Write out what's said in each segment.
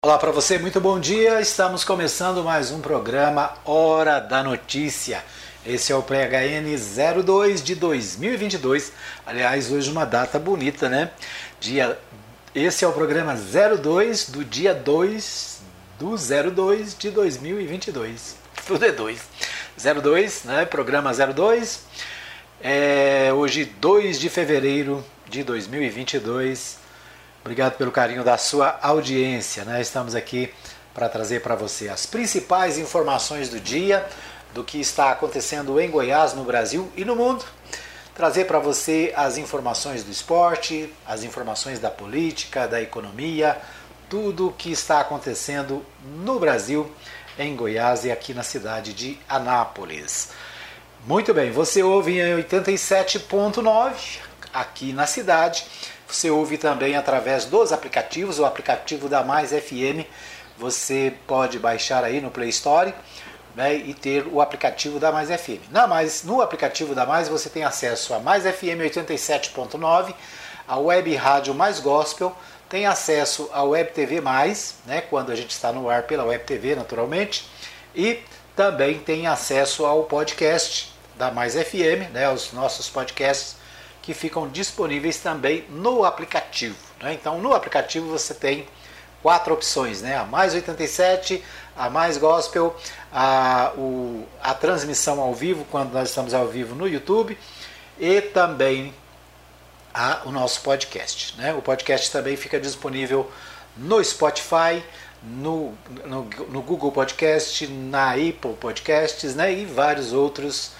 Olá para você, muito bom dia. Estamos começando mais um programa Hora da Notícia. Esse é o PHN 02 de 2022. Aliás, hoje uma data bonita, né? Esse é o programa 02 do dia 2 do 02 de 2022. Tudo é 2. 02, né? Programa 02. Hoje 2 de fevereiro de 2022. Obrigado pelo carinho da sua audiência, né? Estamos aqui para trazer para você as principais informações do dia, do que está acontecendo em Goiás, no Brasil e no mundo. Trazer para você as informações do esporte, as informações da política, da economia, tudo o que está acontecendo no Brasil, em Goiás e aqui na cidade de Anápolis. Muito bem, você ouve em 87.9 aqui na cidade. Você ouve também através dos aplicativos, o aplicativo da Mais FM, você pode baixar aí no Play Store, né, e ter o aplicativo da Mais FM. No aplicativo da Mais você tem acesso a Mais FM 87.9, a Web Rádio Mais Gospel, tem acesso à Web TV Mais, né, quando a gente está no ar pela Web TV naturalmente, e também tem acesso ao podcast da Mais FM, né, os nossos podcasts, que ficam disponíveis também no aplicativo, né? Então no aplicativo você tem 4 opções, né? A Mais 87, a Mais Gospel, a transmissão ao vivo, quando nós estamos ao vivo no YouTube, e também o nosso podcast, né? O podcast também fica disponível no Spotify, no Google Podcast, na Apple Podcasts, né? E vários outros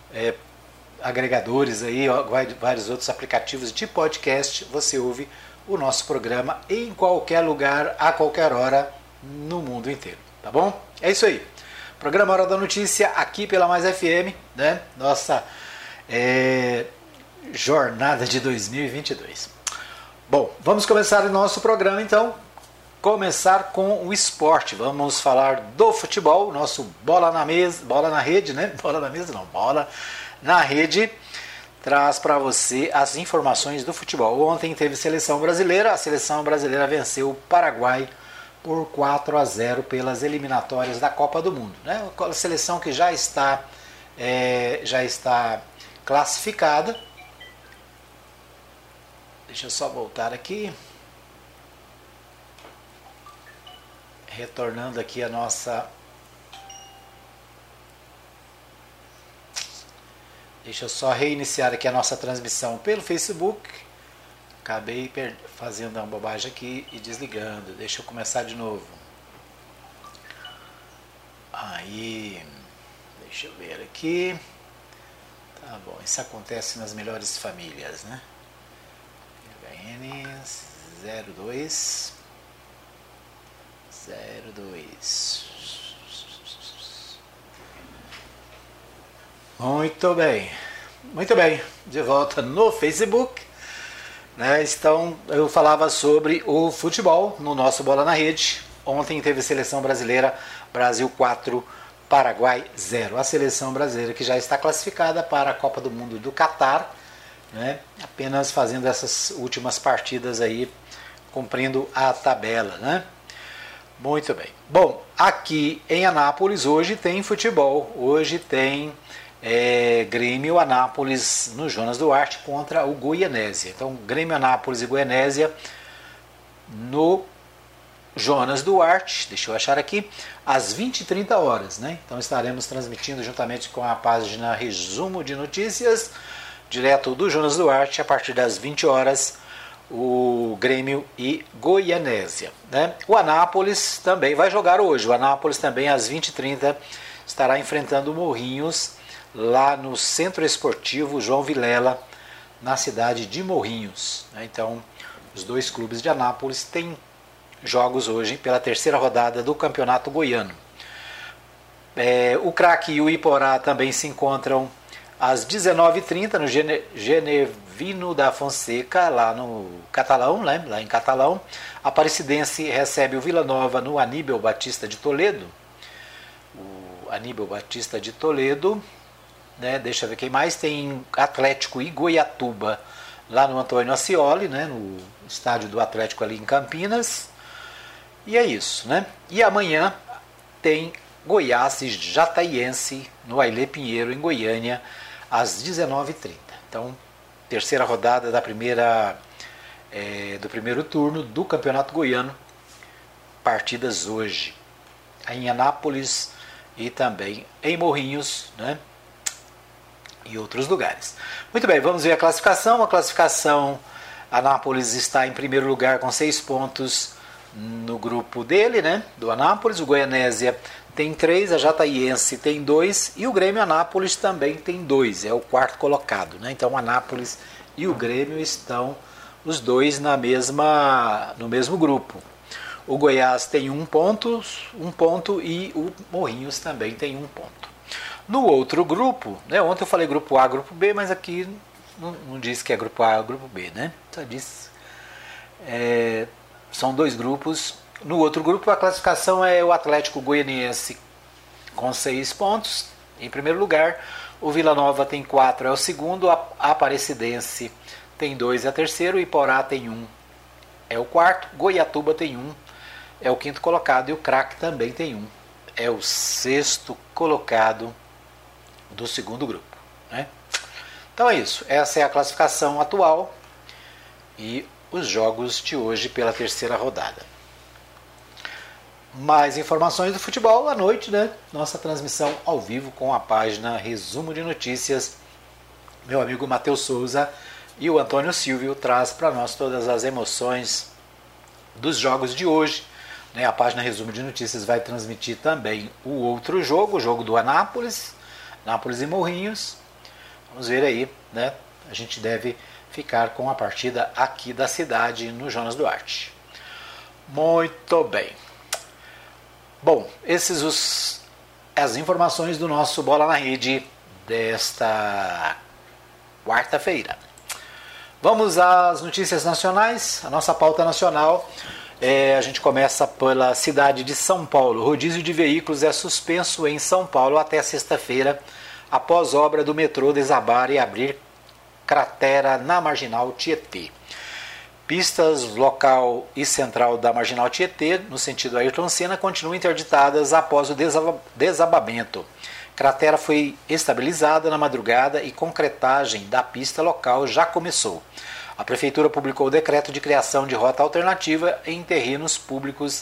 agregadores aí, vários outros aplicativos de podcast. Você ouve o nosso programa em qualquer lugar, a qualquer hora, no mundo inteiro, tá bom? É isso aí. Programa Hora da Notícia aqui pela Mais FM, né? Nossa jornada de 2022. Bom, vamos começar o nosso programa então. Começar com o esporte. Vamos falar do futebol, nosso bola na mesa, bola na rede, né? Bola na mesa não, bola na rede traz para você as informações do futebol. Ontem teve seleção brasileira, a seleção brasileira venceu o Paraguai por 4-0 pelas eliminatórias da Copa do Mundo, né? A seleção que já está classificada. Deixa eu só voltar aqui. Retornando aqui a nossa... Deixa eu só reiniciar aqui a nossa transmissão pelo Facebook. Acabei fazendo uma bobagem aqui e desligando. Deixa eu começar de novo. Aí, deixa eu ver aqui. Tá bom, isso acontece nas melhores famílias, né? PHN 02. Muito bem, de volta no Facebook, né? Então eu falava sobre o futebol no nosso Bola na Rede. Ontem teve seleção brasileira, Brasil 4, Paraguai 0. A seleção brasileira que já está classificada para a Copa do Mundo do Catar, né? Apenas fazendo essas últimas partidas aí, cumprindo a tabela, né? Muito bem. Bom, aqui em Anápolis hoje tem futebol, hoje tem Grêmio Anápolis no Jonas Duarte contra o Goianésia. Então, Grêmio Anápolis e Goianésia no Jonas Duarte, deixa eu achar aqui, às 20h30, né? Então estaremos transmitindo juntamente com a página Resumo de Notícias, direto do Jonas Duarte, a partir das 20h, o Grêmio e Goianésia, né? O Anápolis também vai jogar hoje. O Anápolis também às 20h30 estará enfrentando o Morrinhos lá no Centro Esportivo João Vilela, na cidade de Morrinhos, né? Então, os dois clubes de Anápolis têm jogos hoje pela terceira rodada do Campeonato Goiano. O Craque e o Iporá também se encontram às 19h30 no Genevino da Fonseca, lá no Catalão, né? Lá em Catalão. A Aparecidense recebe o Vila Nova no Aníbal Batista de Toledo. O Aníbal Batista de Toledo, né? Deixa eu ver quem mais. Tem Atlético e Goiatuba lá no Antônio Ascioli, né? No estádio do Atlético ali em Campinas. E é isso, né? E amanhã tem Goiás e Jataiense no Ailê Pinheiro, em Goiânia, às 19h30. Então, terceira rodada da do primeiro turno do Campeonato Goiano, partidas hoje em Anápolis e também em Morrinhos, né? E outros lugares. Muito bem, vamos ver a classificação. A classificação, Anápolis está em primeiro lugar com 6 pontos no grupo dele, né? Do Anápolis. O Goianésia tem 3, a Jataiense tem 2 e o Grêmio Anápolis também tem 2, é o quarto colocado, né? Então o Anápolis e o Grêmio estão os dois no mesmo grupo. O Goiás tem 1 ponto e o Morrinhos também tem 1 ponto. No outro grupo, né? Ontem eu falei grupo A, grupo B, mas aqui não diz que é grupo A ou grupo B, né? Só diz são 2 grupos. No outro grupo, a classificação é o Atlético Goianiense com 6 pontos, em primeiro lugar. O Vila Nova tem 4, é o segundo. A Aparecidense tem 2, é o terceiro. O Iporá tem 1, é o quarto. Goiatuba tem 1, é o quinto colocado. E o Craque também tem 1, é o sexto colocado do segundo grupo, né? Então é isso. Essa é a classificação atual e os jogos de hoje pela terceira rodada. Mais informações do futebol à noite, né? Nossa transmissão ao vivo com a página Resumo de Notícias. Meu amigo Matheus Souza e o Antônio Silvio traz para nós todas as emoções dos jogos de hoje, né? A página Resumo de Notícias vai transmitir também o outro jogo, o jogo do Anápolis e Morrinhos. Vamos ver aí, né? A gente deve ficar com a partida aqui da cidade, no Jonas Duarte. Muito bem. Bom, as informações do nosso Bola na Rede desta quarta-feira. Vamos às notícias nacionais, a nossa pauta nacional. A gente começa pela cidade de São Paulo. O rodízio de veículos é suspenso em São Paulo até sexta-feira, após obra do metrô desabar e abrir cratera na Marginal Tietê. Pistas local e central da Marginal Tietê, no sentido Ayrton Senna, continuam interditadas após o desabamento. Cratera foi estabilizada na madrugada e concretagem da pista local já começou. A Prefeitura publicou o decreto de criação de rota alternativa em terrenos públicos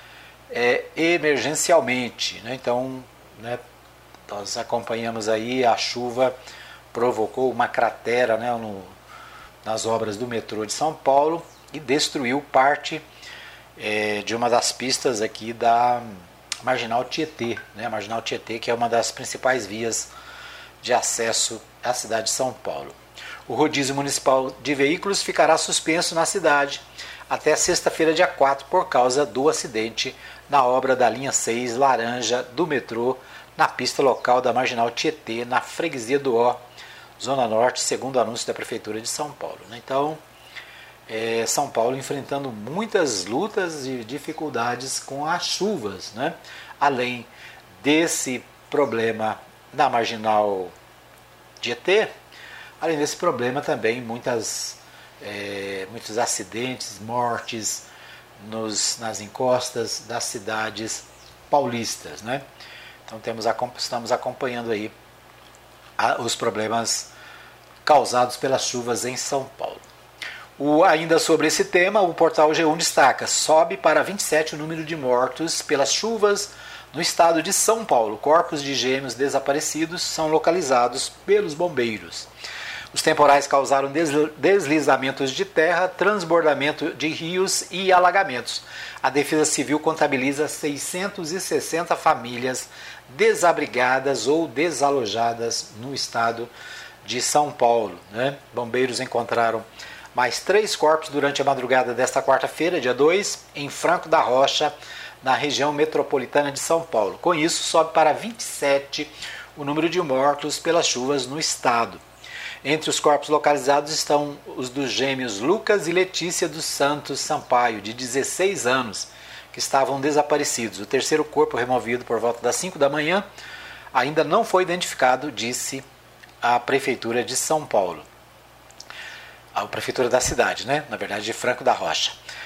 emergencialmente, né? Então, né, nós acompanhamos aí, a chuva provocou uma cratera, né, nas obras do metrô de São Paulo e destruiu parte de uma das pistas aqui da Marginal Tietê, né? A Marginal Tietê, que é uma das principais vias de acesso à cidade de São Paulo. O rodízio municipal de veículos ficará suspenso na cidade até sexta-feira, dia 4, por causa do acidente na obra da linha 6 laranja do metrô na pista local da Marginal Tietê, na freguesia do Ó, Zona Norte, segundo o anúncio da Prefeitura de São Paulo. Então, São Paulo enfrentando muitas lutas e dificuldades com as chuvas, né? Além desse problema da Marginal Tietê, além desse problema também muitos acidentes, mortes nas encostas das cidades paulistas, né? Então estamos acompanhando aí os problemas causados pelas chuvas em São Paulo. Ainda sobre esse tema, o portal G1 destaca: sobe para 27 o número de mortos pelas chuvas no estado de São Paulo. Corpos de gêmeos desaparecidos são localizados pelos bombeiros. Os temporais causaram deslizamentos de terra, transbordamento de rios e alagamentos. A Defesa Civil contabiliza 660 famílias desabrigadas ou desalojadas no estado de São Paulo, né? Bombeiros encontraram mais 3 corpos durante a madrugada desta quarta-feira, dia 2, em Franco da Rocha, na região metropolitana de São Paulo. Com isso, sobe para 27 o número de mortos pelas chuvas no estado. Entre os corpos localizados estão os dos gêmeos Lucas e Letícia dos Santos Sampaio, de 16 anos, que estavam desaparecidos. O terceiro corpo, removido por volta das 5 da manhã, ainda não foi identificado, disse a Prefeitura de São Paulo. A Prefeitura da cidade, né? Na verdade, de Franco da Rocha.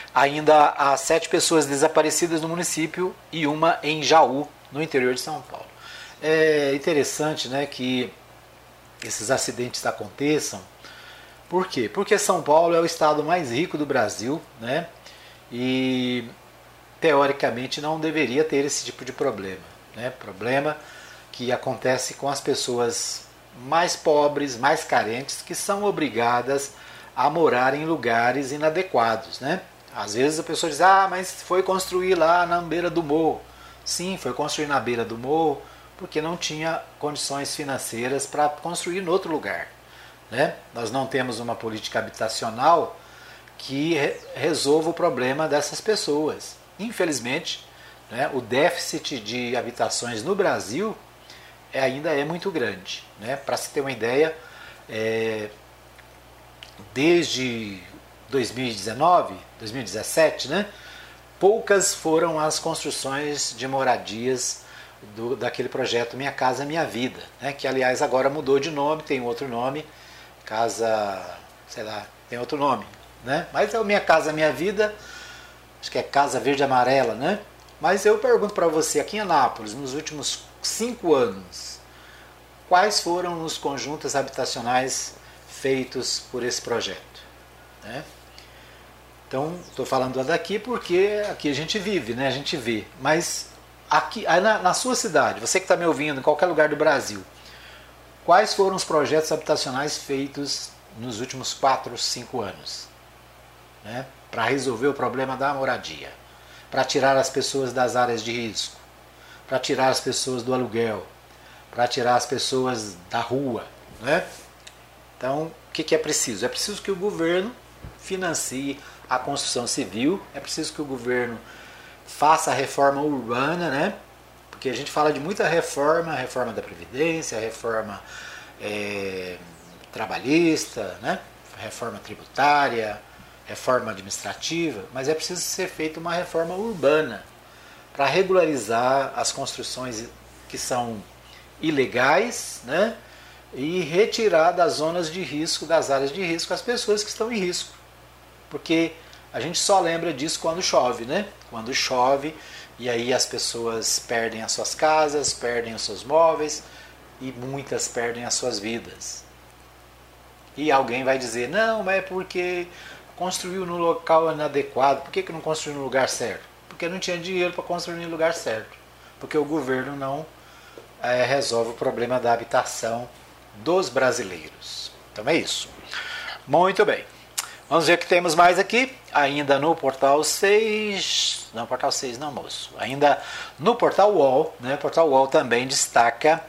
Ainda há 7 pessoas desaparecidas no município e uma em Jaú, no interior de São Paulo. É interessante, né, que esses acidentes aconteçam. Por quê? Porque São Paulo é o estado mais rico do Brasil, né? E teoricamente não deveria ter esse tipo de problema, né? Problema que acontece com as pessoas mais pobres, mais carentes, que são obrigadas a morar em lugares inadequados, né? Às vezes a pessoa diz, mas foi construir lá na beira do morro. Sim, foi construir na beira do morro porque não tinha condições financeiras para construir em outro lugar, né? Nós não temos uma política habitacional que resolva o problema dessas pessoas. Infelizmente, né, o déficit de habitações no Brasil ainda é muito grande, né? Para se ter uma ideia, desde 2019, 2017, né, poucas foram as construções de moradias daquele projeto Minha Casa Minha Vida, né, que aliás agora mudou de nome, tem outro nome, Casa, sei lá, tem outro nome, né? Mas é o Minha Casa Minha Vida, acho que é Casa Verde Amarela, né? Mas eu pergunto para você, aqui em Anápolis, nos últimos 5 anos, quais foram os conjuntos habitacionais feitos por esse projeto, né? Então, estou falando daqui porque aqui a gente vive, né? A gente vê. Mas aqui, na sua cidade, você que está me ouvindo em qualquer lugar do Brasil, quais foram os projetos habitacionais feitos nos últimos 4, 5 anos, né? Para resolver o problema da moradia, para tirar as pessoas das áreas de risco, para tirar as pessoas do aluguel, para tirar as pessoas da rua, né? Então, o que é preciso? É preciso que o governo financie a construção civil, é preciso que o governo faça a reforma urbana, né? Porque a gente fala de muita reforma, reforma da Previdência, reforma trabalhista, né? Reforma tributária, reforma administrativa, mas é preciso ser feita uma reforma urbana para regularizar as construções que são ilegais, né? E retirar das zonas de risco, das áreas de risco, as pessoas que estão em risco. Porque a gente só lembra disso quando chove, né? Quando chove, e aí as pessoas perdem as suas casas, perdem os seus móveis, e muitas perdem as suas vidas. E alguém vai dizer, não, mas é porque construiu no local inadequado. Por que não construiu no lugar certo? Porque não tinha dinheiro para construir no lugar certo. Porque o governo não resolve o problema da habitação dos brasileiros. Então é isso. Muito bem. Vamos ver o que temos mais aqui. Ainda no Portal 6... Não, Portal 6 não, moço. Ainda no Portal UOL, né? O Portal UOL também destaca...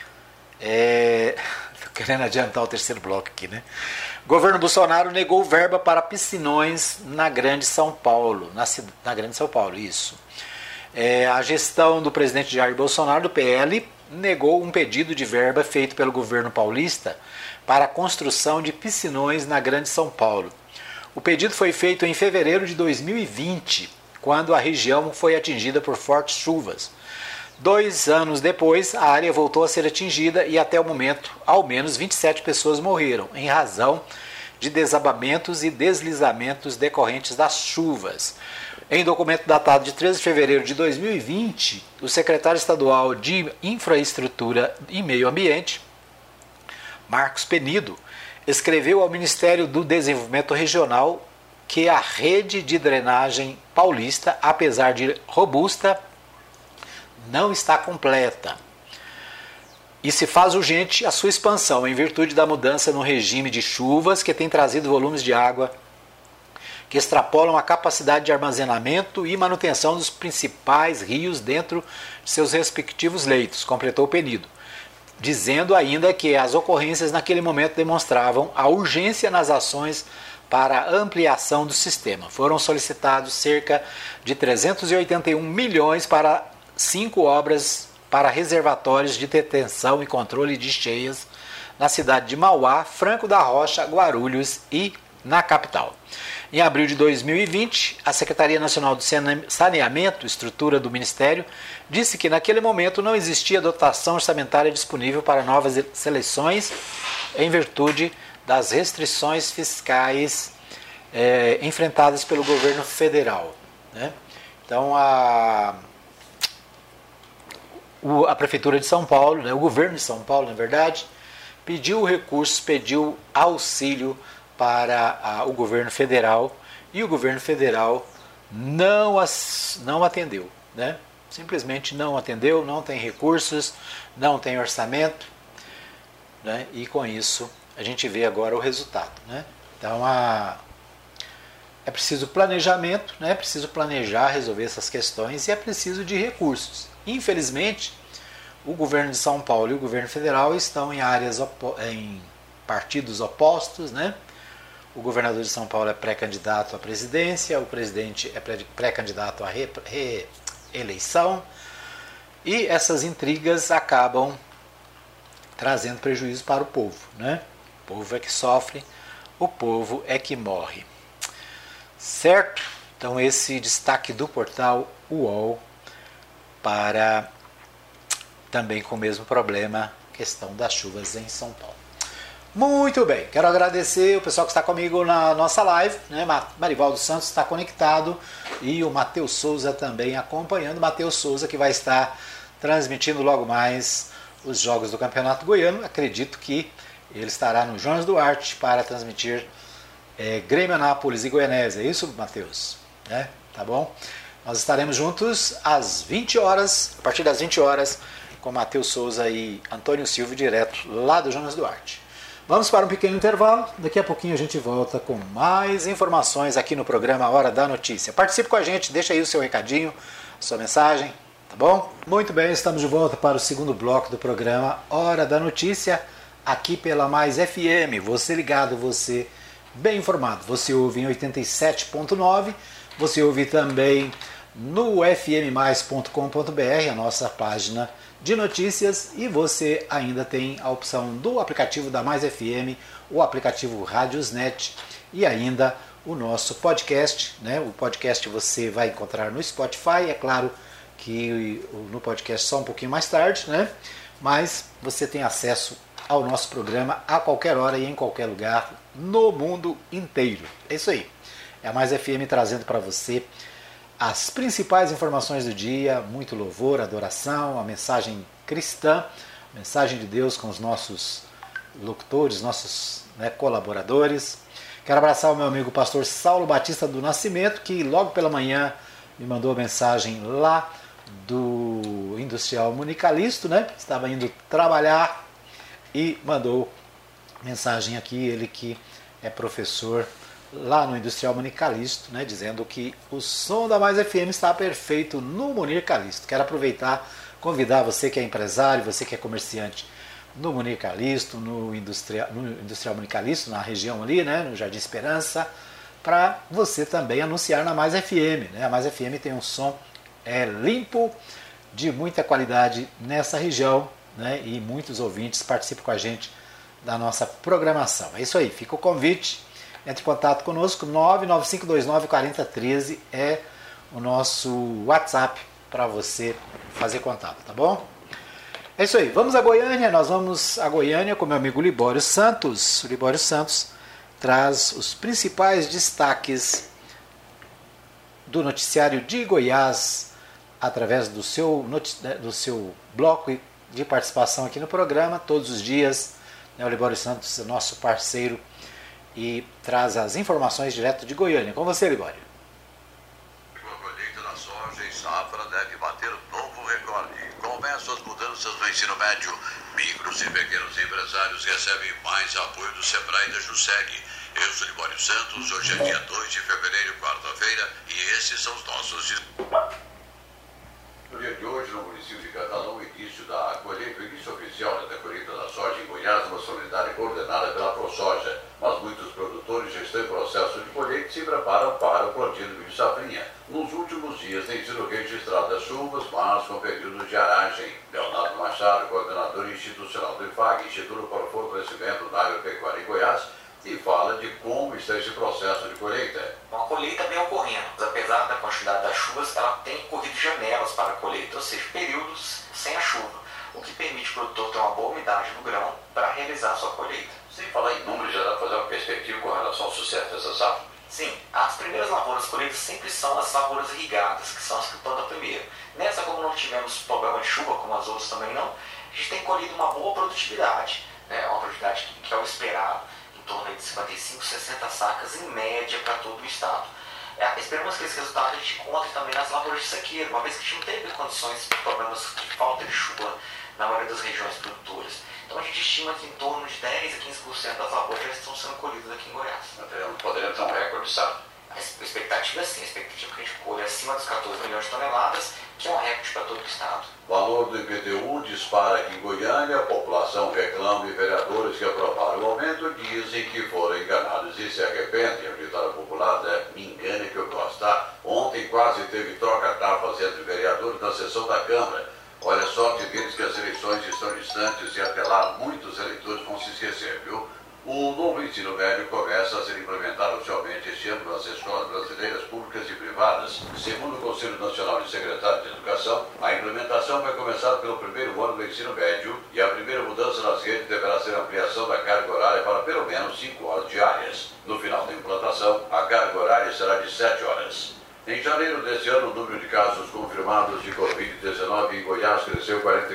Estou querendo adiantar o terceiro bloco aqui, né? Governo Bolsonaro negou verba para piscinões na Grande São Paulo. Na Grande São Paulo, isso. A gestão do presidente Jair Bolsonaro, do PL, negou um pedido de verba feito pelo governo paulista para a construção de piscinões na Grande São Paulo. O pedido foi feito em fevereiro de 2020, quando a região foi atingida por fortes chuvas. 2 anos depois, a área voltou a ser atingida e até o momento, ao menos 27 pessoas morreram, em razão de desabamentos e deslizamentos decorrentes das chuvas. Em documento datado de 13 de fevereiro de 2020, o secretário estadual de Infraestrutura e Meio Ambiente, Marcos Penido, escreveu ao Ministério do Desenvolvimento Regional que a rede de drenagem paulista, apesar de robusta, não está completa. E se faz urgente a sua expansão em virtude da mudança no regime de chuvas que tem trazido volumes de água que extrapolam a capacidade de armazenamento e manutenção dos principais rios dentro de seus respectivos leitos, completou Penido, dizendo ainda que as ocorrências naquele momento demonstravam a urgência nas ações para a ampliação do sistema. Foram solicitados cerca de 381 milhões para 5 obras para reservatórios de detenção e controle de cheias na cidade de Mauá, Franco da Rocha, Guarulhos e na capital. Em abril de 2020, a Secretaria Nacional do Saneamento, estrutura do Ministério, disse que naquele momento não existia dotação orçamentária disponível para novas seleções em virtude das restrições fiscais enfrentadas pelo governo federal, né? Então a Prefeitura de São Paulo, né, o governo de São Paulo, na verdade, pediu recursos, pediu auxílio para o governo federal, e o governo federal não atendeu, né? Simplesmente não atendeu, não tem recursos, não tem orçamento, né? E com isso a gente vê agora o resultado, né? Então é preciso planejamento, né? É preciso planejar, resolver essas questões, e é preciso de recursos. Infelizmente, o governo de São Paulo e o governo federal estão em partidos opostos, né? O governador de São Paulo é pré-candidato à presidência, o presidente é pré-candidato à reeleição, e essas intrigas acabam trazendo prejuízo para o povo, né? O povo é que sofre, o povo é que morre. Certo? Então esse destaque do portal UOL para também com o mesmo problema, questão das chuvas em São Paulo. Muito bem, quero agradecer o pessoal que está comigo na nossa live, né? Marivaldo Santos está conectado e o Matheus Souza também acompanhando. Matheus Souza que vai estar transmitindo logo mais os jogos do Campeonato Goiano. Acredito que ele estará no Jonas Duarte para transmitir Grêmio Anápolis e Goianésia. É isso, Matheus? Tá bom? Nós estaremos juntos às 20 horas, a partir das 20 horas, com Matheus Souza e Antônio Silva, direto lá do Jonas Duarte. Vamos para um pequeno intervalo, daqui a pouquinho a gente volta com mais informações aqui no programa Hora da Notícia. Participe com a gente, deixa aí o seu recadinho, a sua mensagem, tá bom? Muito bem, estamos de volta para o segundo bloco do programa Hora da Notícia, aqui pela Mais FM. Você ligado, você bem informado. Você ouve em 87.9, você ouve também no fmmais.com.br, a nossa página de notícias, e você ainda tem a opção do aplicativo da Mais FM, o aplicativo Radiosnet, e ainda o nosso podcast, né? O podcast você vai encontrar no Spotify, é claro que no podcast só um pouquinho mais tarde, né? Mas você tem acesso ao nosso programa a qualquer hora e em qualquer lugar no mundo inteiro. É isso aí. É a Mais FM trazendo para você as principais informações do dia, muito louvor, adoração, a mensagem cristã, a mensagem de Deus com os nossos locutores, nossos colaboradores. Quero abraçar o meu amigo pastor Saulo Batista do Nascimento, que logo pela manhã me mandou a mensagem lá do Industrial Municalisto, né? Estava indo trabalhar e mandou mensagem aqui, ele que é professor lá no Industrial Municalisto, né, dizendo que o som da Mais FM está perfeito no Munir Calisto. Quero aproveitar, convidar você que é empresário, você que é comerciante no Munir Calisto, no Industrial Municalisto, na região ali, né, no Jardim Esperança, para você também anunciar na Mais FM. Né? A Mais FM tem um som limpo, de muita qualidade nessa região, né, e muitos ouvintes participam com a gente da nossa programação. É isso aí, fica o convite. Entre em contato conosco, 995294013 é o nosso WhatsApp para você fazer contato, tá bom? É isso aí, vamos a Goiânia, nós vamos a Goiânia com meu amigo Libório Santos. O Libório Santos traz os principais destaques do noticiário de Goiás através do seu bloco de participação aqui no programa, todos os dias. O Libório Santos é nosso parceiro e traz as informações direto de Goiânia. Com você, Libório. A colheita da soja em safra deve bater novo recorde. Começam as mudanças no ensino médio. Micros e pequenos empresários recebem mais apoio do Sebrae e da Juseg. Eu sou Libório Santos, hoje é dia 2 de fevereiro, quarta-feira, e esses são os nossos... No dia de hoje, no município de Catalão, o início da colheita, o início oficial da colheita da soja em Goiás, uma solenidade coordenada pela ProSoja. Mas muitos produtores já estão em processo de colheita e se preparam para o plantio do milho safrinha. Nos últimos dias tem sido registrado as chuvas, mas com períodos de aragem. Leonardo Machado, coordenador institucional do IFAG, Instituto para o Fortalecimento da Agropecuária em Goiás, e fala de como está esse processo de colheita. A colheita vem ocorrendo. Apesar da quantidade das chuvas, ela tem corrido janelas para a colheita, ou seja, períodos sem a chuva, o que permite o produtor ter uma boa umidade no grão para realizar a sua colheita. Sem falar em números, já dá para fazer uma perspectiva com relação ao sucesso dessa safra? Sim, as primeiras lavouras colhidas sempre são as lavouras irrigadas, que são as que plantam primeiro. Nessa, como não tivemos problema de chuva, como as outras também não, a gente tem colhido uma boa produtividade, né? Uma produtividade que é o esperado, em torno de 55, 60 sacas em média para todo o estado. Esperamos que esse resultado a gente encontre também nas lavouras de sequeiro, uma vez que a gente não teve condições, problemas de falta de chuva na maioria das regiões produtoras. Então a gente estima que em torno de 10 a 15% das lavouras já estão sendo colhidas aqui em Goiás. Poderia ter um recorde, sabe? A expectativa é sim, a expectativa é que a gente colhe acima dos 14 milhões de toneladas, que é um recorde para todo o estado. O valor do IPTU dispara aqui em Goiânia, a população reclama e vereadores que aprovaram o aumento dizem que foram enganados e se arrependem. O ditado popular me engane que eu gosto, tá? Ontem quase teve troca-tapas entre vereadores na sessão da Câmara. Olha só que deles que as eleições estão distantes e até lá muitos eleitores vão se esquecer, viu? O novo ensino médio começa a ser implementado oficialmente este ano nas escolas brasileiras públicas e privadas. Segundo o Conselho Nacional de Secretários de Educação, a implementação vai começar pelo primeiro ano do ensino médio e a primeira mudança nas redes deverá ser a ampliação da carga horária para pelo menos 5 horas diárias. No final da implantação, a carga horária será de 7 horas. Em janeiro deste ano, o número de casos confirmados de Covid-19 em Goiás cresceu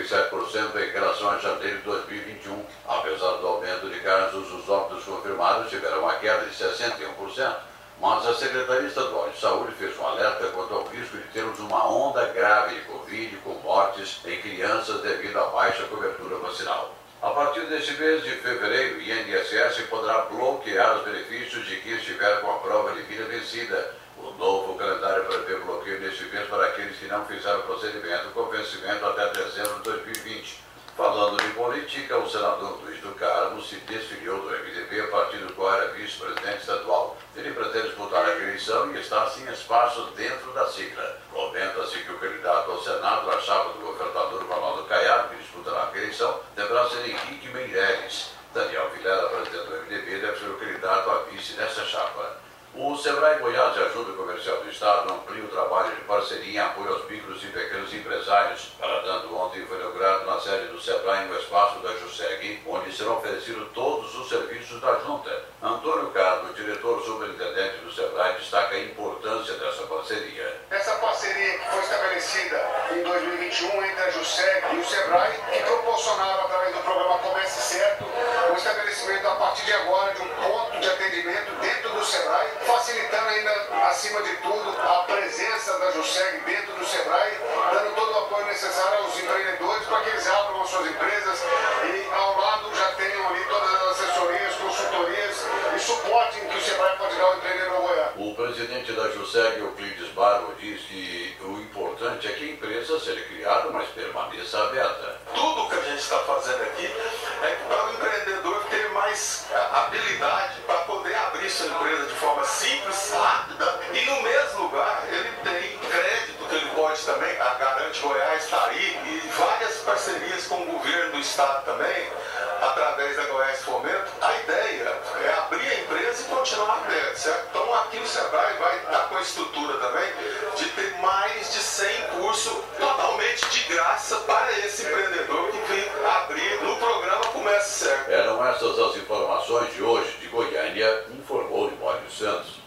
47% em relação a janeiro de 2021. Apesar do aumento de casos, os óbitos confirmados tiveram uma queda de 61%. Mas a Secretaria Estadual de Saúde fez um alerta quanto ao risco de termos uma onda grave de Covid com mortes em crianças devido à baixa cobertura vacinal. A partir deste mês de fevereiro, o INSS poderá bloquear os benefícios de quem estiver com a prova de vida vencida. O novo calendário prevê bloqueio neste mês para aqueles que não fizeram o procedimento com vencimento até dezembro de 2020. Falando de política, o senador Luiz do Carmo se desfiliou do MDB, partido do qual era vice-presidente estadual. Ele pretende disputar a eleição e está sem espaço dentro da sigla. Comenta-se que o candidato ao Senado, a chapa do governador Ronaldo Caiado, que disputará a eleição, deverá ser Henrique Meireles. Daniel Vilela, presidente do MDB, deve ser o candidato a vice nessa chapa. O Sebrae Goiás de Ajuda Comercial do Estado amplia o trabalho de parceria em apoio aos micros e pequenos empresários. Para tanto, ontem foi inaugurado na sede do Sebrae no espaço da JUSEG, onde serão oferecidos todos os serviços da Junta. Antônio Carlos, diretor superintendente do Sebrae, destaca a importância dessa parceria. Essa parceria que foi estabelecida em 2021 entre a JUSEG e o Sebrae, que proporcionaram, através do programa Comece Certo, o estabelecimento a partir de agora de um ponto de atendimento dentro do Sebrae, facilitando ainda, acima de tudo, a presença da JUSEG dentro do Sebrae, dando todo o apoio necessário aos empreendedores para que eles abram as suas empresas e ao lado já tenham ali todas as assessorias, consultorias e suporte que o Sebrae pode dar ao empreendedor goiano. O presidente da JUSEG, Euclides Barro, diz que o importante é que a empresa seja criada, mas permaneça aberta. Tudo que a gente está fazendo aqui é para o empreendedor ter mais habilidade para poder abrir sua empresa de forma simples, rápida e no mesmo lugar ele tem crédito que ele pode também, a Garante Goiás está aí e várias parcerias com o governo do estado também, através da Goiás Fomento. A ideia é abrir a empresa e continuar aberto, certo? Então aqui o Sebrae vai estar com a estrutura também de ter mais de 100 cursos totalmente de graça para esse empreendedor que vem abrir no programa Comece Certo. Eram essas as informações de hoje de Goiânia, informou Libório Santos.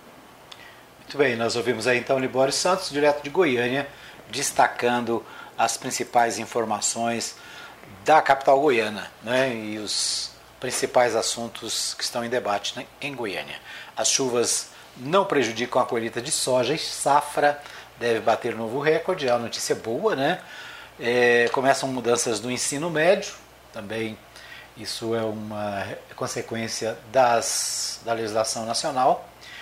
Muito bem, nós ouvimos aí então Libório Santos, direto de Goiânia, destacando as principais informações da capital goiana, né, e os principais assuntos que estão em debate, né, em Goiânia. As chuvas não prejudicam a colheita de soja e safra deve bater novo recorde, é uma notícia boa, né? Começam mudanças no ensino médio, também isso é uma consequência da legislação nacional.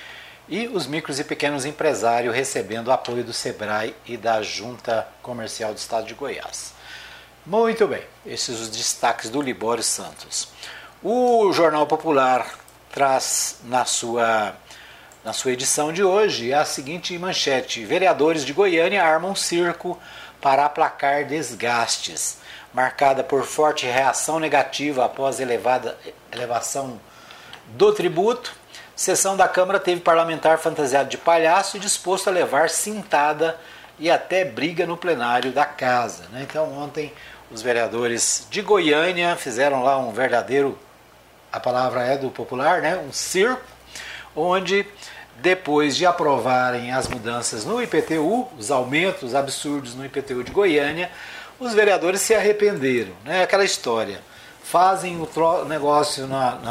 E os micros e pequenos empresários recebendo apoio do Sebrae e da Junta Comercial do Estado de Goiás. Muito bem, esses os destaques do Libório Santos. O Jornal Popular traz na sua edição de hoje a seguinte manchete: vereadores de Goiânia armam circo para aplacar desgastes. Marcada por forte reação negativa após elevação do tributo, sessão da Câmara teve parlamentar fantasiado de palhaço e disposto a levar cintada e até briga no plenário da casa, né? Então ontem os vereadores de Goiânia fizeram lá um verdadeiro, a palavra é do popular, né? Um circo, onde depois de aprovarem as mudanças no IPTU, os aumentos absurdos no IPTU de Goiânia, os vereadores se arrependeram, né? Aquela história, fazem o negócio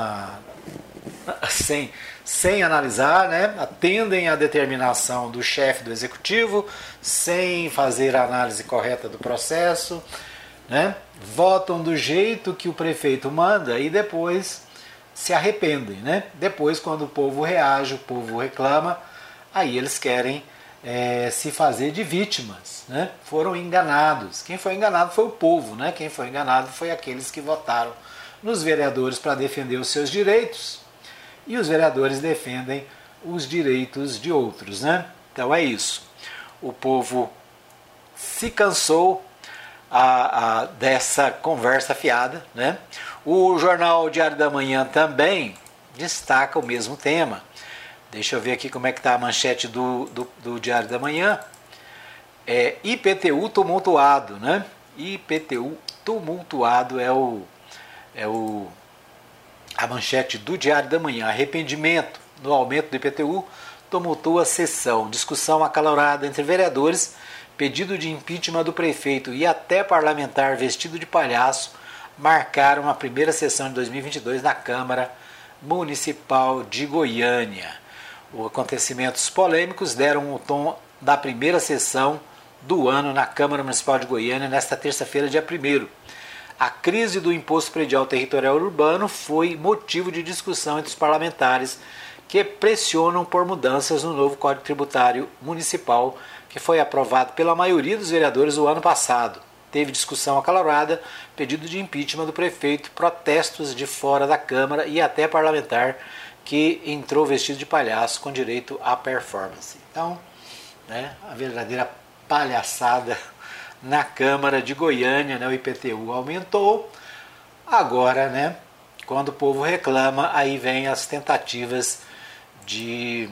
sem analisar, né? Atendem à determinação do chefe do executivo, sem fazer a análise correta do processo, né? Votam do jeito que o prefeito manda e depois se arrependem, né? Depois, quando o povo reage, o povo reclama, aí eles querem se fazer de vítimas, né? Foram enganados. Quem foi enganado foi o povo, né? Quem foi enganado foi aqueles que votaram nos vereadores para defender os seus direitos, e os vereadores defendem os direitos de outros, né? Então é isso. O povo se cansou dessa conversa fiada, né? O jornal Diário da Manhã também destaca o mesmo tema. Deixa eu ver aqui como é que está a manchete do Diário da Manhã. IPTU tumultuado, né? IPTU tumultuado a manchete do Diário da Manhã. Arrependimento no aumento do IPTU tumultua a sessão. Discussão acalorada entre vereadores, pedido de impeachment do prefeito e até parlamentar vestido de palhaço marcaram a primeira sessão de 2022 na Câmara Municipal de Goiânia. Os acontecimentos polêmicos deram o tom da primeira sessão do ano na Câmara Municipal de Goiânia nesta terça-feira, dia 1º. A crise do Imposto Predial Territorial Urbano foi motivo de discussão entre os parlamentares que pressionam por mudanças no novo Código Tributário Municipal, que foi aprovado pela maioria dos vereadores o ano passado. Teve discussão acalorada, pedido de impeachment do prefeito, protestos de fora da Câmara e até parlamentar que entrou vestido de palhaço com direito à performance. Então, né, a verdadeira palhaçada na Câmara de Goiânia, né, o IPTU aumentou. Agora, né, quando o povo reclama, aí vem as tentativas de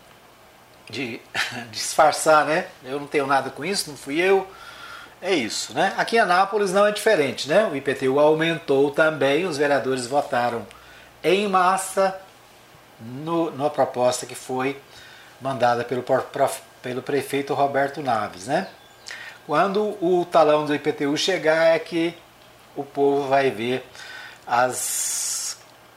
disfarçar, né? Eu não tenho nada com isso, não fui eu. É isso, né? Aqui em Anápolis não é diferente, né? O IPTU aumentou também, os vereadores votaram em massa na proposta que foi mandada pelo prefeito Roberto Naves, né? Quando o talão do IPTU chegar é que o povo vai ver as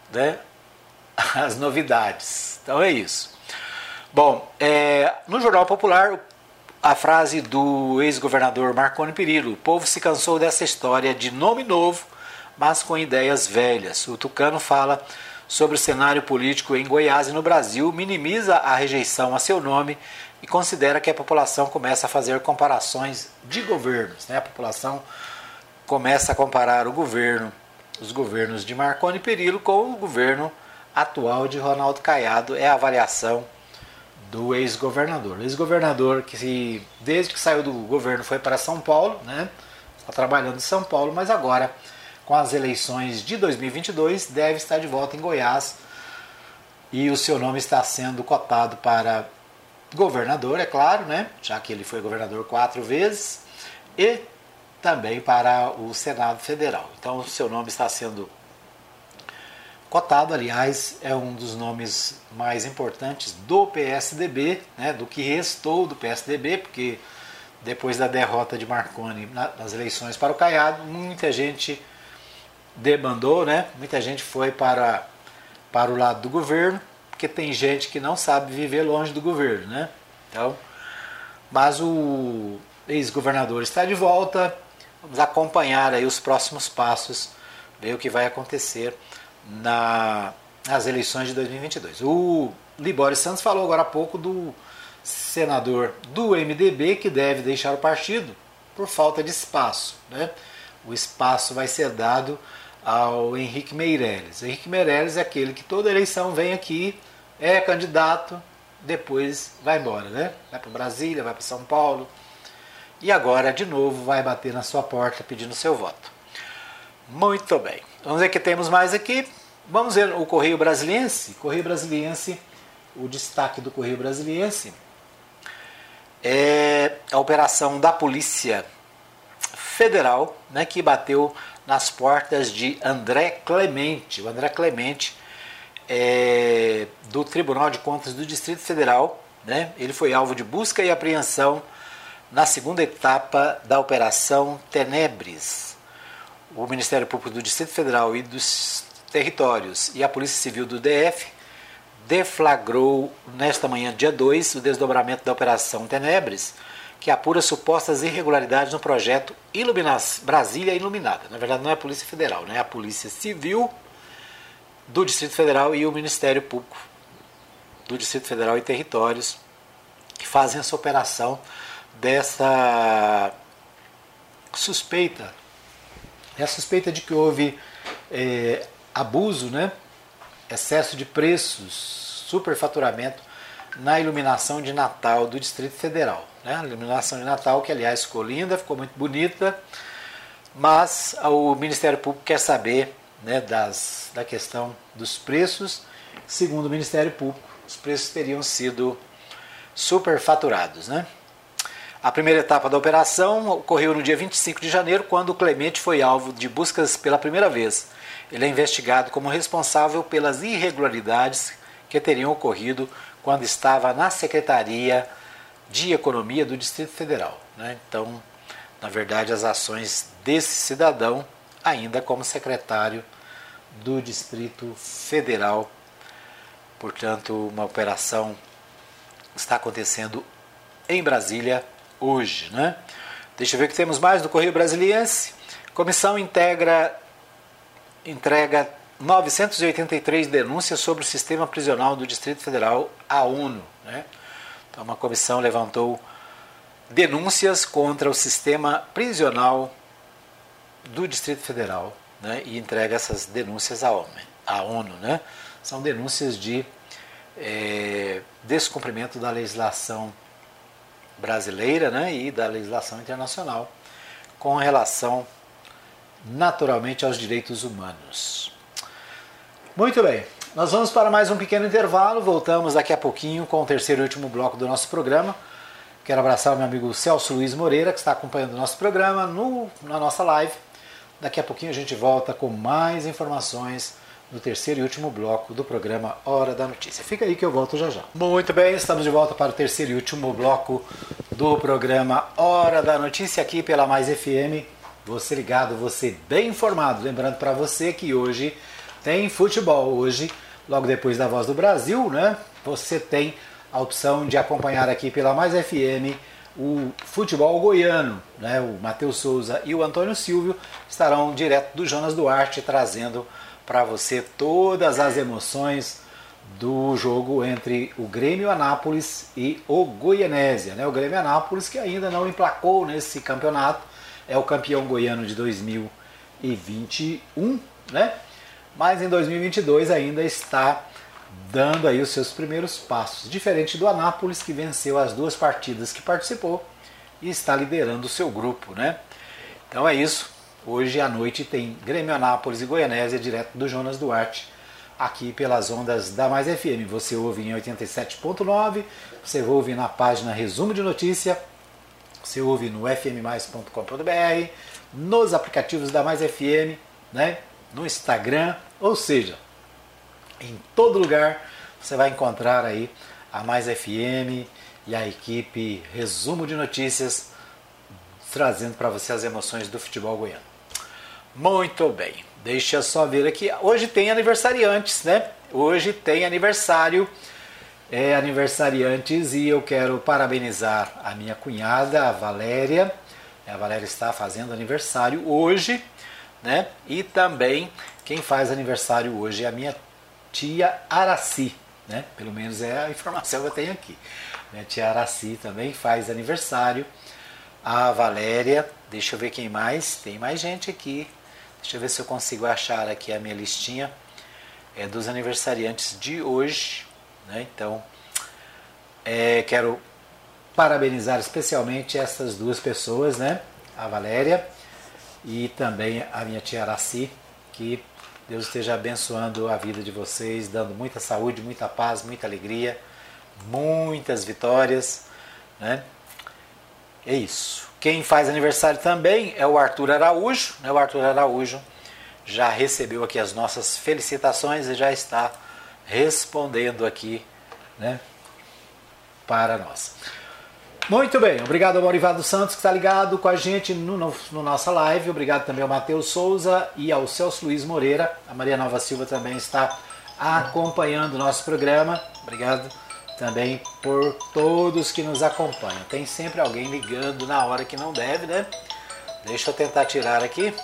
novidades. Então é isso. Bom, no Jornal Popular, a frase do ex-governador Marconi Perillo: o povo se cansou dessa história de nome novo, mas com ideias velhas. O tucano fala sobre o cenário político em Goiás e no Brasil, minimiza a rejeição a seu nome e considera que a população começa a fazer comparações de governos, né? A população começa a comparar os governos de Marconi Perillo com o governo atual de Ronaldo Caiado. É a avaliação do ex-governador. O ex-governador que desde que saiu do governo foi para São Paulo, né? Está trabalhando em São Paulo, mas agora com as eleições de 2022 deve estar de volta em Goiás e o seu nome está sendo cotado para governador, é claro, né? Já que ele foi governador 4 vezes, e também para o Senado Federal. Então o seu nome está sendo cotado, aliás, é um dos nomes mais importantes do PSDB, né, do que restou do PSDB, porque depois da derrota de Marconi nas eleições para o Caiado, muita gente debandou, né, muita gente foi para o lado do governo, porque tem gente que não sabe viver longe do governo, né? Então, mas o ex-governador está de volta, vamos acompanhar aí os próximos passos, ver o que vai acontecer nas eleições de 2022. O Libório Santos falou agora há pouco do senador do MDB que deve deixar o partido por falta de espaço, né? O espaço vai ser dado ao Henrique Meirelles. O Henrique Meirelles é aquele que toda eleição vem aqui, é candidato, depois vai embora, né? Vai para Brasília, vai para São Paulo e agora de novo vai bater na sua porta pedindo seu voto. Muito bem. Vamos ver o que temos mais aqui. Vamos ver o Correio Brasiliense. Correio Brasiliense, o destaque do Correio Brasiliense é a operação da Polícia Federal, né, que bateu nas portas de André Clemente. O André Clemente do Tribunal de Contas do Distrito Federal, né? Ele foi alvo de busca e apreensão na segunda etapa da Operação Tenebres. O Ministério Público do Distrito Federal e dos Territórios e a Polícia Civil do DF deflagrou nesta manhã, dia 2, o desdobramento da Operação Tenebres, que apura supostas irregularidades no projeto Brasília Iluminada. Na verdade, não é a Polícia Federal, né? É a Polícia Civil do Distrito Federal e o Ministério Público do Distrito Federal e Territórios que fazem essa operação dessa suspeita. É a suspeita de que houve abuso, né? Excesso de preços, superfaturamento na iluminação de Natal do Distrito Federal. Né? A iluminação de Natal, que aliás ficou linda, ficou muito bonita, mas o Ministério Público quer saber, né, da questão dos preços. Segundo o Ministério Público, os preços teriam sido superfaturados. Né? A primeira etapa da operação ocorreu no dia 25 de janeiro, quando o Clemente foi alvo de buscas pela primeira vez. Ele é investigado como responsável pelas irregularidades que teriam ocorrido quando estava na Secretaria de Economia do Distrito Federal. Né? Então, na verdade, as ações desse cidadão, ainda como secretário do Distrito Federal. Portanto, uma operação está acontecendo em Brasília hoje. Né? Deixa eu ver o que temos mais do Correio Brasiliense. Comissão entrega 983 denúncias sobre o sistema prisional do Distrito Federal à ONU. Né? Então, uma comissão levantou denúncias contra o sistema prisional do Distrito Federal, né? E entrega essas denúncias à ONU. Né? São denúncias de descumprimento da legislação brasileira, né? E da legislação internacional com relação, naturalmente, aos direitos humanos. Muito bem, nós vamos para mais um pequeno intervalo, voltamos daqui a pouquinho com o terceiro e último bloco do nosso programa. Quero abraçar o meu amigo Celso Luiz Moreira, que está acompanhando o nosso programa na nossa live. Daqui a pouquinho a gente volta com mais informações no terceiro e último bloco do programa Hora da Notícia. Fica aí que eu volto já já. Muito bem, estamos de volta para o terceiro e último bloco do programa Hora da Notícia aqui pela Mais FM. Você ligado, você bem informado. Lembrando para você que hoje tem futebol. Hoje, logo depois da Voz do Brasil, né? Você tem a opção de acompanhar aqui pela Mais FM o futebol goiano. Né? O Matheus Souza e o Antônio Silvio estarão direto do Jonas Duarte trazendo para você todas as emoções do jogo entre o Grêmio Anápolis e o Goianésia. Né? O Grêmio Anápolis, que ainda não emplacou nesse campeonato, é o campeão goiano de 2021, né? Mas em 2022 ainda está dando aí os seus primeiros passos, diferente do Anápolis, que venceu as 2 partidas que participou e está liderando o seu grupo, né? Então é isso. Hoje à noite tem Grêmio Anápolis e Goianésia, direto do Jonas Duarte, aqui pelas ondas da Mais FM. Você ouve em 87.9, você ouve na página Resumo de Notícia, você ouve no fmmais.com.br, nos aplicativos da Mais FM, né? No Instagram, ou seja, em todo lugar você vai encontrar aí a Mais FM e a equipe Resumo de Notícias trazendo para você as emoções do futebol goiano. Muito bem, deixa eu só ver aqui. Hoje tem aniversariantes, né? Hoje tem aniversariantes e eu quero parabenizar a minha cunhada, a Valéria. A Valéria está fazendo aniversário hoje, né? E também quem faz aniversário hoje é a minha tia Araci, né? Pelo menos é a informação que eu tenho aqui. Minha tia Araci também faz aniversário. A Valéria, deixa eu ver quem mais. Tem mais gente aqui. Deixa eu ver se eu consigo achar aqui a minha listinha dos aniversariantes de hoje, né? Então, quero parabenizar especialmente essas 2 pessoas, né? A Valéria e também a minha tia Araci, que Deus esteja abençoando a vida de vocês, dando muita saúde, muita paz, muita alegria, muitas vitórias, né? É isso. Quem faz aniversário também é o Arthur Araújo, né? O Arthur Araújo já recebeu aqui as nossas felicitações e já está respondendo aqui, né, para nós. Muito bem, obrigado ao Maurivado Santos que está ligado com a gente no nossa live, obrigado também ao Matheus Souza e ao Celso Luiz Moreira, a Maria Nova Silva também está acompanhando o nosso programa, obrigado também por todos que nos acompanham. Tem sempre alguém ligando na hora que não deve, né? Deixa eu tentar tirar aqui.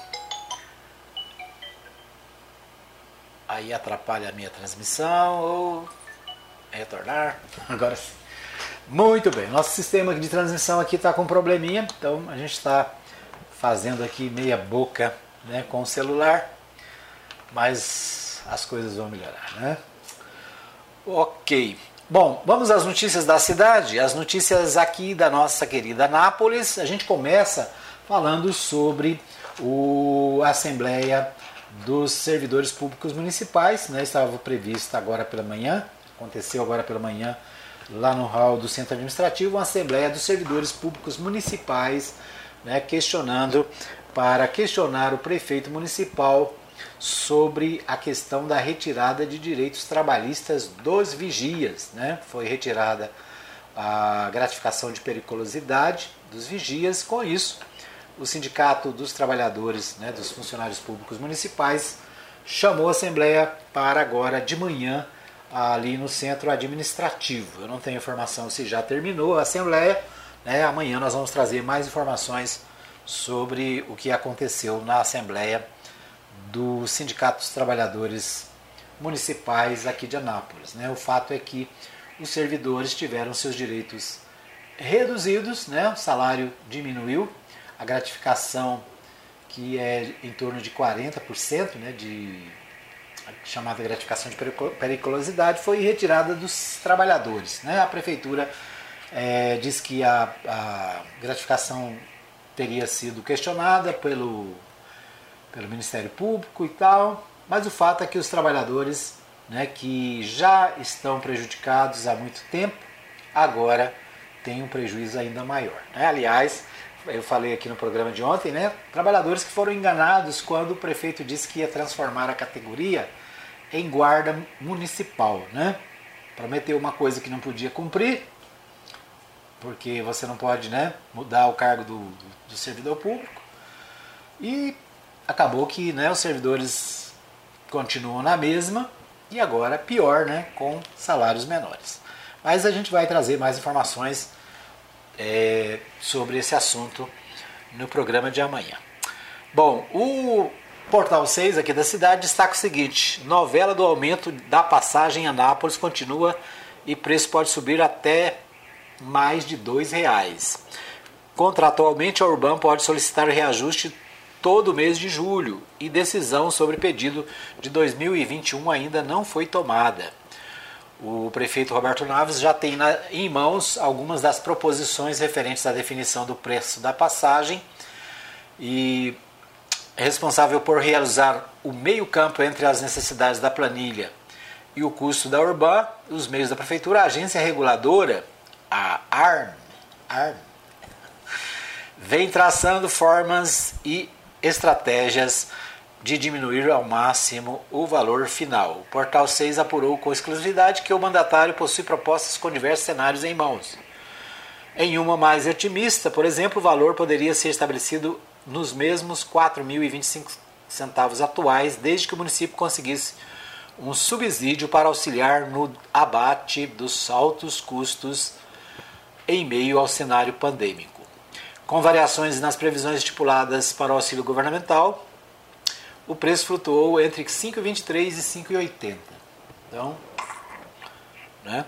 Aí atrapalha a minha transmissão ou retornar. Agora sim. Muito bem, nosso sistema de transmissão aqui está com um probleminha, então a gente está fazendo aqui meia boca, né, com o celular, mas as coisas vão melhorar, né? Ok. Bom, vamos às notícias da cidade, as notícias aqui da nossa querida Anápolis. A gente começa falando sobre a Assembleia dos Servidores Públicos Municipais, né? Estava prevista agora pela manhã, aconteceu agora pela manhã, lá no hall do Centro Administrativo, uma Assembleia dos Servidores Públicos Municipais, né, para questionar o prefeito municipal sobre a questão da retirada de direitos trabalhistas dos vigias, né? Foi retirada a gratificação de periculosidade dos vigias. Com isso, o Sindicato dos Trabalhadores, né, dos Funcionários Públicos Municipais chamou a Assembleia para agora de manhã ali no Centro Administrativo. Eu não tenho informação se já terminou a Assembleia, né? Amanhã nós vamos trazer mais informações sobre o que aconteceu na Assembleia do Sindicato dos Trabalhadores Municipais aqui de Anápolis, né? O fato é que os servidores tiveram seus direitos reduzidos, né? O salário diminuiu, a gratificação, que é em torno de 40%, né, chamada gratificação de periculosidade, foi retirada dos trabalhadores, né? A prefeitura diz que a gratificação teria sido questionada pelo Ministério Público e tal, mas o fato é que os trabalhadores, né, que já estão prejudicados há muito tempo, agora têm um prejuízo ainda maior, né? Aliás, eu falei aqui no programa de ontem, né, trabalhadores que foram enganados quando o prefeito disse que ia transformar a categoria em guarda municipal, né? Prometeu uma coisa que não podia cumprir, porque você não pode, né, mudar o cargo do servidor público, e acabou que, né, os servidores continuam na mesma e agora pior, né, com salários menores. Mas a gente vai trazer mais informações sobre esse assunto no programa de amanhã. Bom, o Portal 6 aqui da cidade destaca o seguinte: novela do aumento da passagem em Anápolis continua e preço pode subir até mais de R$2. Contratualmente, a Urban pode solicitar reajuste todo mês de julho e decisão sobre pedido de 2021 ainda não foi tomada. O prefeito Roberto Naves já tem em mãos algumas das proposições referentes à definição do preço da passagem e é responsável por realizar o meio-campo entre as necessidades da planilha e o custo da Urban, os meios da prefeitura. A agência reguladora, a ARM, vem traçando formas e estratégias de diminuir ao máximo o valor final. O Portal 6 apurou com exclusividade que o mandatário possui propostas com diversos cenários em mãos. Em uma mais otimista, por exemplo, o valor poderia ser estabelecido nos mesmos R$ 4.025 atuais, desde que o município conseguisse um subsídio para auxiliar no abate dos altos custos em meio ao cenário pandêmico. Com variações nas previsões estipuladas para o auxílio governamental, o preço flutuou entre R$ 5,23 e R$ 5,80. Então, né?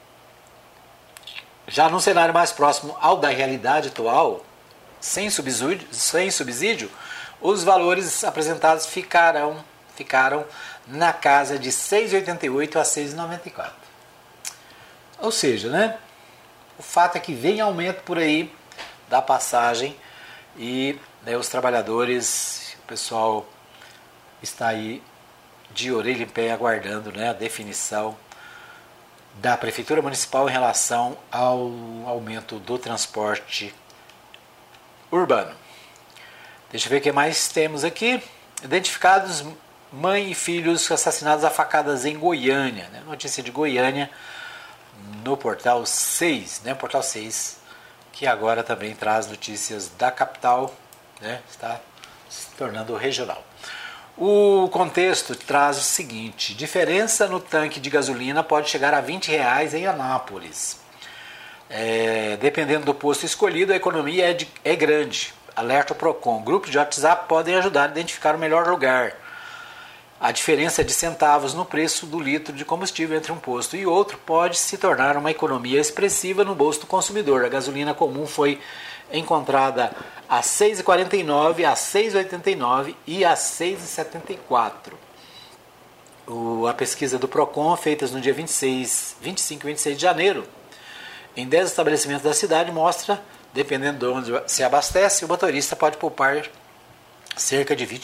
Já num cenário mais próximo ao da realidade atual, sem subsídio, os valores apresentados ficaram na casa de R$ 6,88 a R$ 6,94. Ou seja, né? O fato é que vem aumento por aí da passagem e, né, os trabalhadores, o pessoal está aí de orelha em pé aguardando, né, a definição da Prefeitura Municipal em relação ao aumento do transporte urbano. Deixa eu ver o que mais temos aqui. Identificados Mãe e filhos assassinados a facadas em Goiânia. Né? Notícia de Goiânia no Portal 6, né? Portal 6, que agora também traz notícias da capital, né? Está se tornando regional. O contexto traz o seguinte: diferença no tanque de gasolina pode chegar a R$20 em Anápolis. Dependendo do posto escolhido, a economia é grande. Alerta o Procon. Grupos de WhatsApp podem ajudar a identificar o melhor lugar. A diferença de centavos no preço do litro de combustível entre um posto e outro pode se tornar uma economia expressiva no bolso do consumidor. A gasolina comum foi encontrada a R$ 6,49, a R$ 6,89 e a R$ 6,74. A pesquisa do Procon, feita no dia 25 e 26 de janeiro, em 10 estabelecimentos da cidade, mostra, dependendo de onde se abastece, o motorista pode poupar cerca de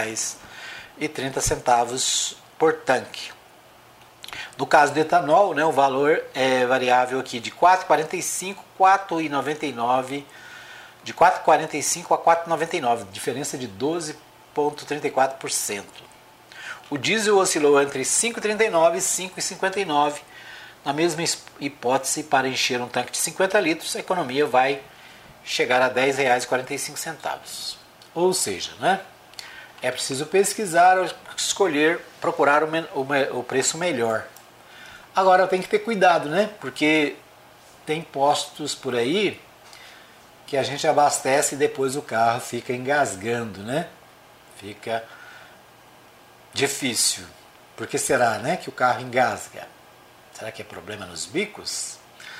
R$20,30 por tanque. No caso do etanol, né, o valor é variável aqui de R$ 4,45, R$ 4,99, de R$ 4,45 a R$ 4,99, diferença de 12,34%. O diesel oscilou entre R$ 5,39 e R$ 5,59. Na mesma hipótese, para encher um tanque de 50 litros, a economia vai chegar a R$ 10,45. Ou seja, né, é preciso pesquisar, escolher, procurar o preço melhor. Agora tem que ter cuidado, né? Porque tem postos por aí que a gente abastece e depois o carro fica engasgando, né? Fica difícil. Por que será, né, que o carro engasga? Será que é problema nos bicos?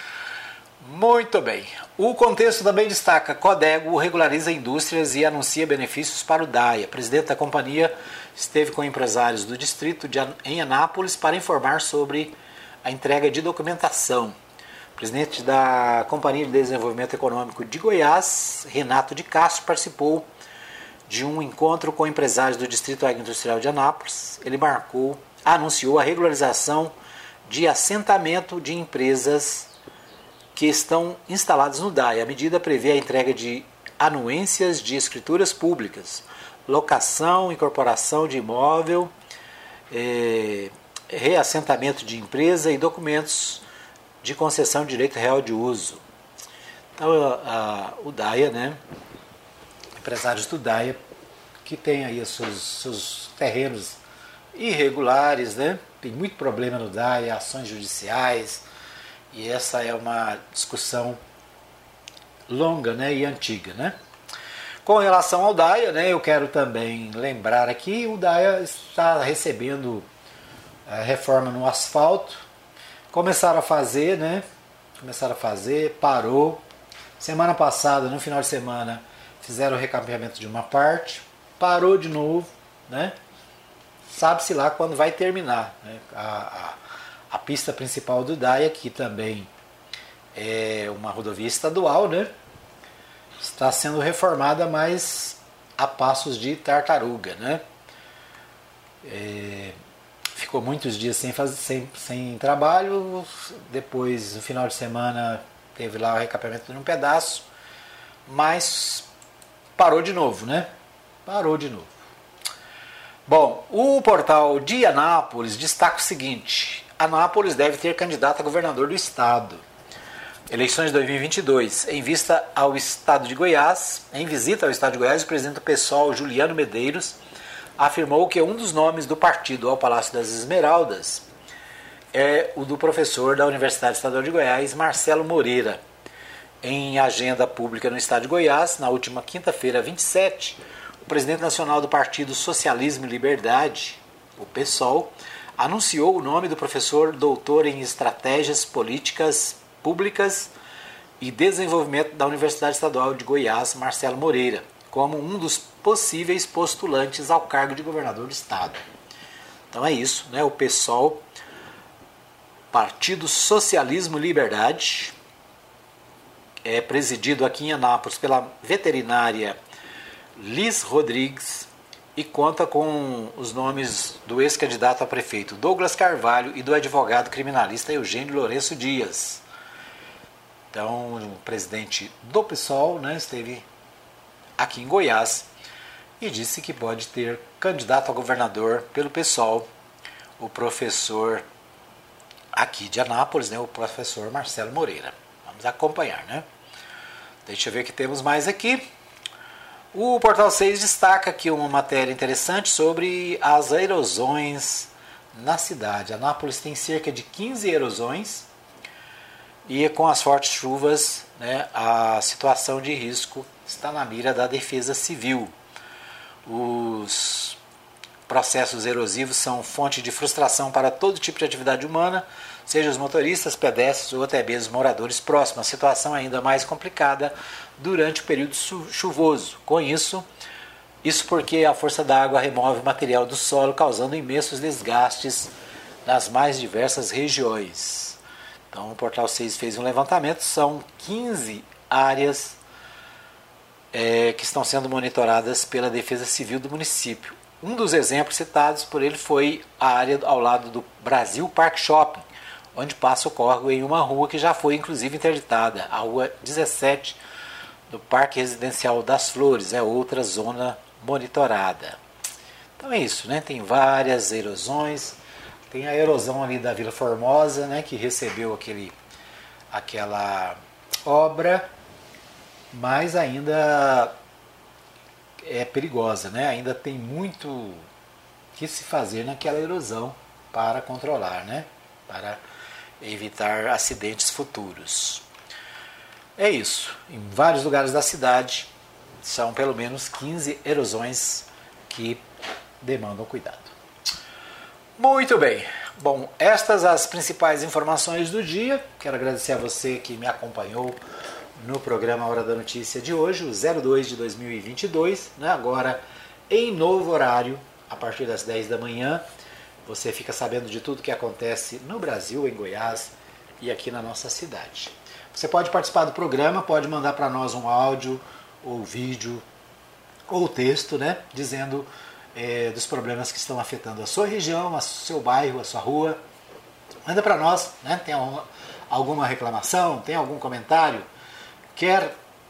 Muito bem. O contexto também destaca: Codego regulariza indústrias e anuncia benefícios para o DAIA. O presidente da companhia esteve com empresários do distrito em Anápolis para informar sobre a entrega de documentação. O presidente da Companhia de Desenvolvimento Econômico de Goiás, Renato de Castro, participou de um encontro com empresários do Distrito Agroindustrial de Anápolis. Ele anunciou a regularização de assentamento de empresas que estão instaladas no DAIA. A medida prevê a entrega de anuências de escrituras públicas, locação, incorporação de imóvel, reassentamento de empresa e documentos de concessão de direito real de uso. Então, o DAIA, né, empresários do DAIA que têm aí seus terrenos irregulares, né, tem muito problema no DAIA, ações judiciais, e essa é uma discussão longa, né, e antiga, né. Com relação ao DAIA, né, eu quero também lembrar aqui, o DAIA está recebendo reforma no asfalto. Começaram a fazer, né? Parou. Semana passada, no final de semana, fizeram o recapeamento de uma parte, parou de novo, né? Sabe-se lá quando vai terminar, né? A pista principal do DAIA, que também é uma rodovia estadual, né? Está sendo reformada, mas a passos de tartaruga, né? Ficou muitos dias sem trabalho. Depois, no final de semana, teve lá o recapeamento de um pedaço, mas parou de novo, né? Parou de novo. Bom, o portal de Anápolis destaca o seguinte: Anápolis deve ter candidato a governador do estado. Eleições de 2022. Em visita ao estado de Goiás, o presidente do PSOL, Juliano Medeiros, afirmou que um dos nomes do partido ao Palácio das Esmeraldas é o do professor da Universidade Estadual de Goiás, Marcelo Moreira. Em agenda pública no estado de Goiás, na última quinta-feira, 27, o presidente nacional do Partido Socialismo e Liberdade, o PSOL, anunciou o nome do professor doutor em Estratégias Políticas Públicas e Desenvolvimento da Universidade Estadual de Goiás, Marcelo Moreira, como um dos possíveis postulantes ao cargo de governador do estado. Então é isso, né? O PSOL, Partido Socialismo e Liberdade, é presidido aqui em Anápolis pela veterinária Liz Rodrigues e conta com os nomes do ex-candidato a prefeito Douglas Carvalho e do advogado criminalista Eugênio Lourenço Dias. Então, o presidente do PSOL, né, esteve aqui em Goiás e disse que pode ter candidato a governador pelo PSOL, o professor aqui de Anápolis, né, o professor Marcelo Moreira. Vamos acompanhar, né? Deixa eu ver o que temos mais aqui. O Portal 6 destaca aqui uma matéria interessante sobre as erosões na cidade. Anápolis tem cerca de 15 erosões e com as fortes chuvas, né, a situação de risco está na mira da Defesa Civil. Os processos erosivos são fonte de frustração para todo tipo de atividade humana, seja os motoristas, pedestres ou até mesmo moradores próximos. A situação é ainda mais complicada durante o período chuvoso. Com isso porque a força da água remove o material do solo, causando imensos desgastes nas mais diversas regiões. Então o Portal 6 fez um levantamento, são 15 áreas que estão sendo monitoradas pela Defesa Civil do município. Um dos exemplos citados por ele foi a área ao lado do Brasil Park Shopping, onde passa o córrego em uma rua que já foi inclusive interditada, a rua 17 do Parque Residencial das Flores, é outra zona monitorada. Então é isso, né? Tem várias erosões, tem a erosão ali da Vila Formosa, né, que recebeu aquela obra, mas ainda é perigosa, né? Ainda tem muito que se fazer naquela erosão para controlar, né? Para evitar acidentes futuros. É isso. Em vários lugares da cidade são pelo menos 15 erosões que demandam cuidado. Muito bem. Bom, estas as principais informações do dia. Quero agradecer a você que me acompanhou no programa Hora da Notícia de hoje, o 02 de 2022, né? Agora em novo horário, a partir das 10 da manhã. Você fica sabendo de tudo que acontece no Brasil, em Goiás e aqui na nossa cidade. Você pode participar do programa, pode mandar para nós um áudio, ou vídeo, ou texto, né, dizendo dos problemas que estão afetando a sua região, o seu bairro, a sua rua. Manda para nós, né? Tem alguma reclamação, tem algum comentário, quer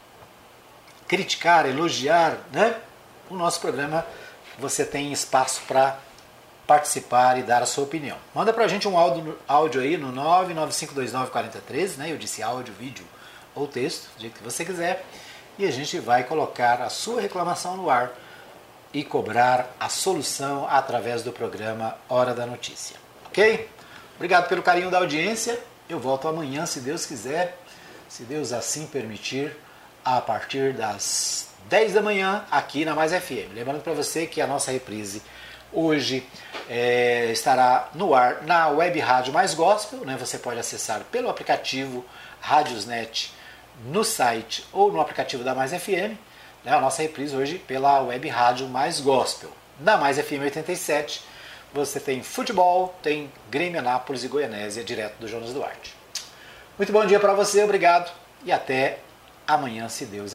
criticar, elogiar, né? O nosso programa, você tem espaço para participar e dar a sua opinião. Manda pra gente um áudio aí no 995294013, né? Eu disse áudio, vídeo ou texto, do jeito que você quiser, e a gente vai colocar a sua reclamação no ar e cobrar a solução através do programa Hora da Notícia. Ok? Obrigado pelo carinho da audiência. Eu volto amanhã, se Deus quiser, se Deus assim permitir, a partir das 10 da manhã aqui na Mais FM. Lembrando para você que a nossa reprise hoje estará no ar na web rádio Mais Gospel, né? Você pode acessar pelo aplicativo Radiosnet no site ou no aplicativo da Mais FM, né? A nossa reprise hoje pela web rádio Mais Gospel. Na Mais FM 87 você tem futebol, tem Grêmio, Anápolis e Goianésia, direto do Jonas Duarte. Muito bom dia para você, obrigado e até amanhã, se Deus